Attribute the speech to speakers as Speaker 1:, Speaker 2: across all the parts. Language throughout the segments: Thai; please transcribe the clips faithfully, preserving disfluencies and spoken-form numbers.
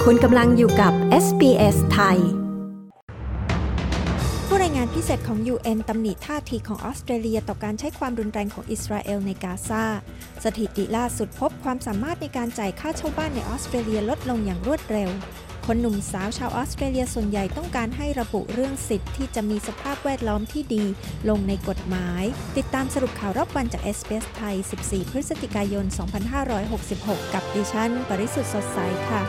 Speaker 1: คุณกำลังอยู่กับ เอส บี เอส ไทย
Speaker 2: ผู้รายงานพิเศษของ ยู เอ็น ตำหนิท่าทีของออสเตรเลียต่อการใช้ความรุนแรงของอิสราเอลในกาซาสถิติล่าสุดพบความสามารถในการจ่ายค่าเช่าบ้านในออสเตรเลียลดลงอย่างรวดเร็วคนหนุ่มสาวชาวออสเตรเลียส่วนใหญ่ต้องการให้ระบุเรื่องสิทธิ์ที่จะมีสภาพแวดล้อมที่ดีลงในกฎหมายติดตามสรุปข่าวรอบวันจาก เอส บี เอส ไทย สิบสี่ พฤศจิกายน สองพันห้าร้อยหกสิบหก กับดิฉันปริสุทธิ์สดใสค่ะ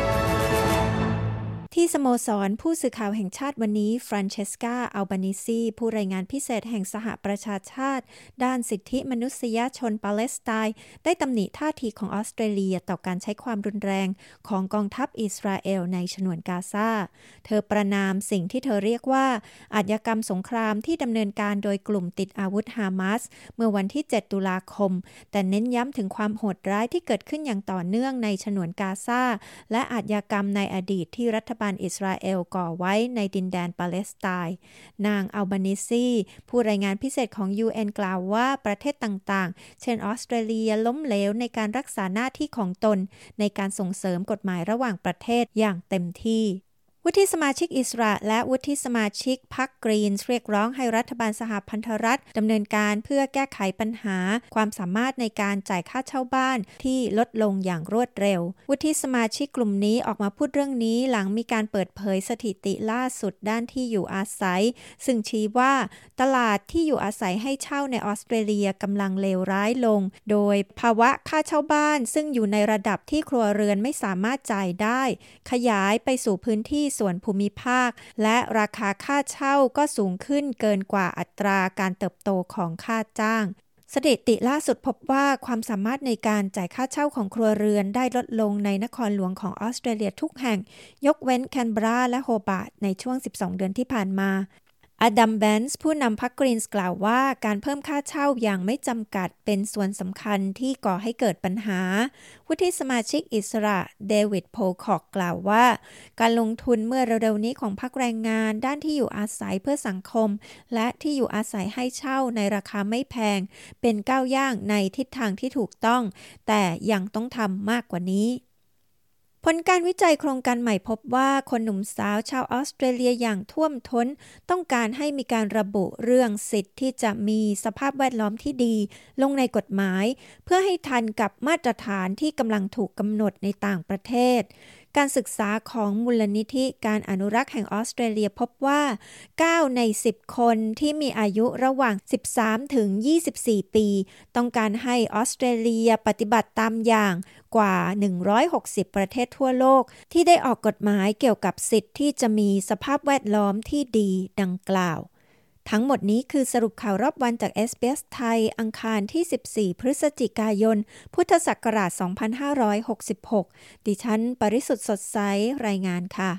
Speaker 2: ที่สโมสรผู้สื่อข่าวแห่งชาติวันนี้ฟรานเชสกา อัลบานิซีผู้รายงานพิเศษแห่งสหประชาชาติด้านสิทธิมนุษยชนปาเลสไตน์ได้ตำหนิท่าทีของออสเตรเลียต่อการใช้ความรุนแรงของกองทัพอิสราเอลในฉนวนกาซาเธอประณามสิ่งที่เธอเรียกว่าอาชญากรรมสงครามที่ดำเนินการโดยกลุ่มติดอาวุธฮามาสเมื่อวันที่เจ็ดตุลาคมแต่เน้นย้ำถึงความโหดร้ายที่เกิดขึ้นอย่างต่อเนื่องในฉนวนกาซาและอาชญากรรมในอดีตที่รัฐบาลอิสราเอลก่อไว้ในดินแดนปาเลสไตน์นางอัลบานิซีผู้รายงานพิเศษของ ยู เอ็น กล่าวว่าประเทศต่างๆเช่นออสเตรเลียล้มเหลวในการรักษาหน้าที่ของตนในการส่งเสริมกฎหมายระหว่างประเทศอย่างเต็มที่วุฒิสมาชิกอิสระและวุฒิสมาชิกพรรคกรีนส์เรียกร้องให้รัฐบาลสหพันธรัฐดำเนินการเพื่อแก้ไขปัญหาความสามารถในการจ่ายค่าเช่าบ้านที่ลดลงอย่างรวดเร็ววุฒิสมาชิกกลุ่มนี้ออกมาพูดเรื่องนี้หลังมีการเปิดเผยสถิติล่าสุดด้านที่อยู่อาศัยซึ่งชี้ว่าตลาดที่อยู่อาศัยให้เช่าในออสเตรเลียกำลังเลวร้ายลงโดยภาวะค่าเช่าบ้านซึ่งอยู่ในระดับที่ครัวเรือนไม่สามารถจ่ายได้ขยายไปสู่พื้นที่ส่วนภูมิภาคและราคาค่าเช่าก็สูงขึ้นเกินกว่าอัตราการเติบโตของค่าจ้างสถิติล่าสุดพบว่าความสามารถในการจ่ายค่าเช่าของครัวเรือนได้ลดลงในนครหลวงของออสเตรเลียทุกแห่งยกเว้นแคนเบราและโฮบาร์ตในช่วงสิบสองเดือนที่ผ่านมาอดัม แบนส์ผู้นำพรรคกรีนส์กล่าวว่าการเพิ่มค่าเช่าอย่างไม่จำกัดเป็นส่วนสำคัญที่ก่อให้เกิดปัญหาวุฒิสมาชิกอิสระเดวิดโพลคอกกล่าวว่าการลงทุนเมื่อเร็วๆนี้ของพรรคแรงงานด้านที่อยู่อาศัยเพื่อสังคมและที่อยู่อาศัยให้เช่าในราคาไม่แพงเป็นก้าวย่างในทิศทางที่ถูกต้องแต่ยังต้องทำมากกว่านี้ผลการวิจัยโครงการใหม่พบว่าคนหนุ่มสาวชาวออสเตรเลียอย่างท่วมท้นต้องการให้มีการระบุเรื่องสิทธิ์ที่จะมีสภาพแวดล้อมที่ดีลงในกฎหมายเพื่อให้ทันกับมาตรฐานที่กำลังถูกกำหนดในต่างประเทศการศึกษาของมูลนิธิการอนุรักษ์แห่งออสเตรเลียพบว่าเก้าในสิบคนที่มีอายุระหว่างสิบสามถึงยี่สิบสี่ปีต้องการให้ออสเตรเลียปฏิบัติตามอย่างกว่าหนึ่งร้อยหกสิบประเทศทั่วโลกที่ได้ออกกฎหมายเกี่ยวกับสิทธิ์ที่จะมีสภาพแวดล้อมที่ดีดังกล่าวทั้งหมดนี้คือสรุปข่าวรอบวันจาก เอส บี เอส ไทยอังคารที่สิบสี่พฤศจิกายนพุทธศักราชสองพันห้าร้อยหกสิบหกดิฉันปริสุทธิ์สดใสรายงานค่ะ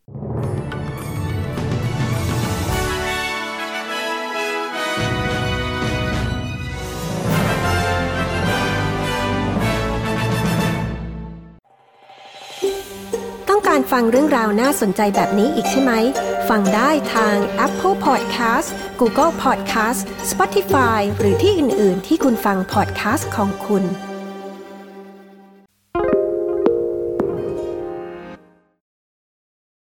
Speaker 1: ต้องการฟังเรื่องราวน่าสนใจแบบนี้อีกใช่ไหมฟังได้ทาง Apple Podcast Google Podcast Spotify หรือที่อื่นๆที่คุณฟัง podcast ของคุณ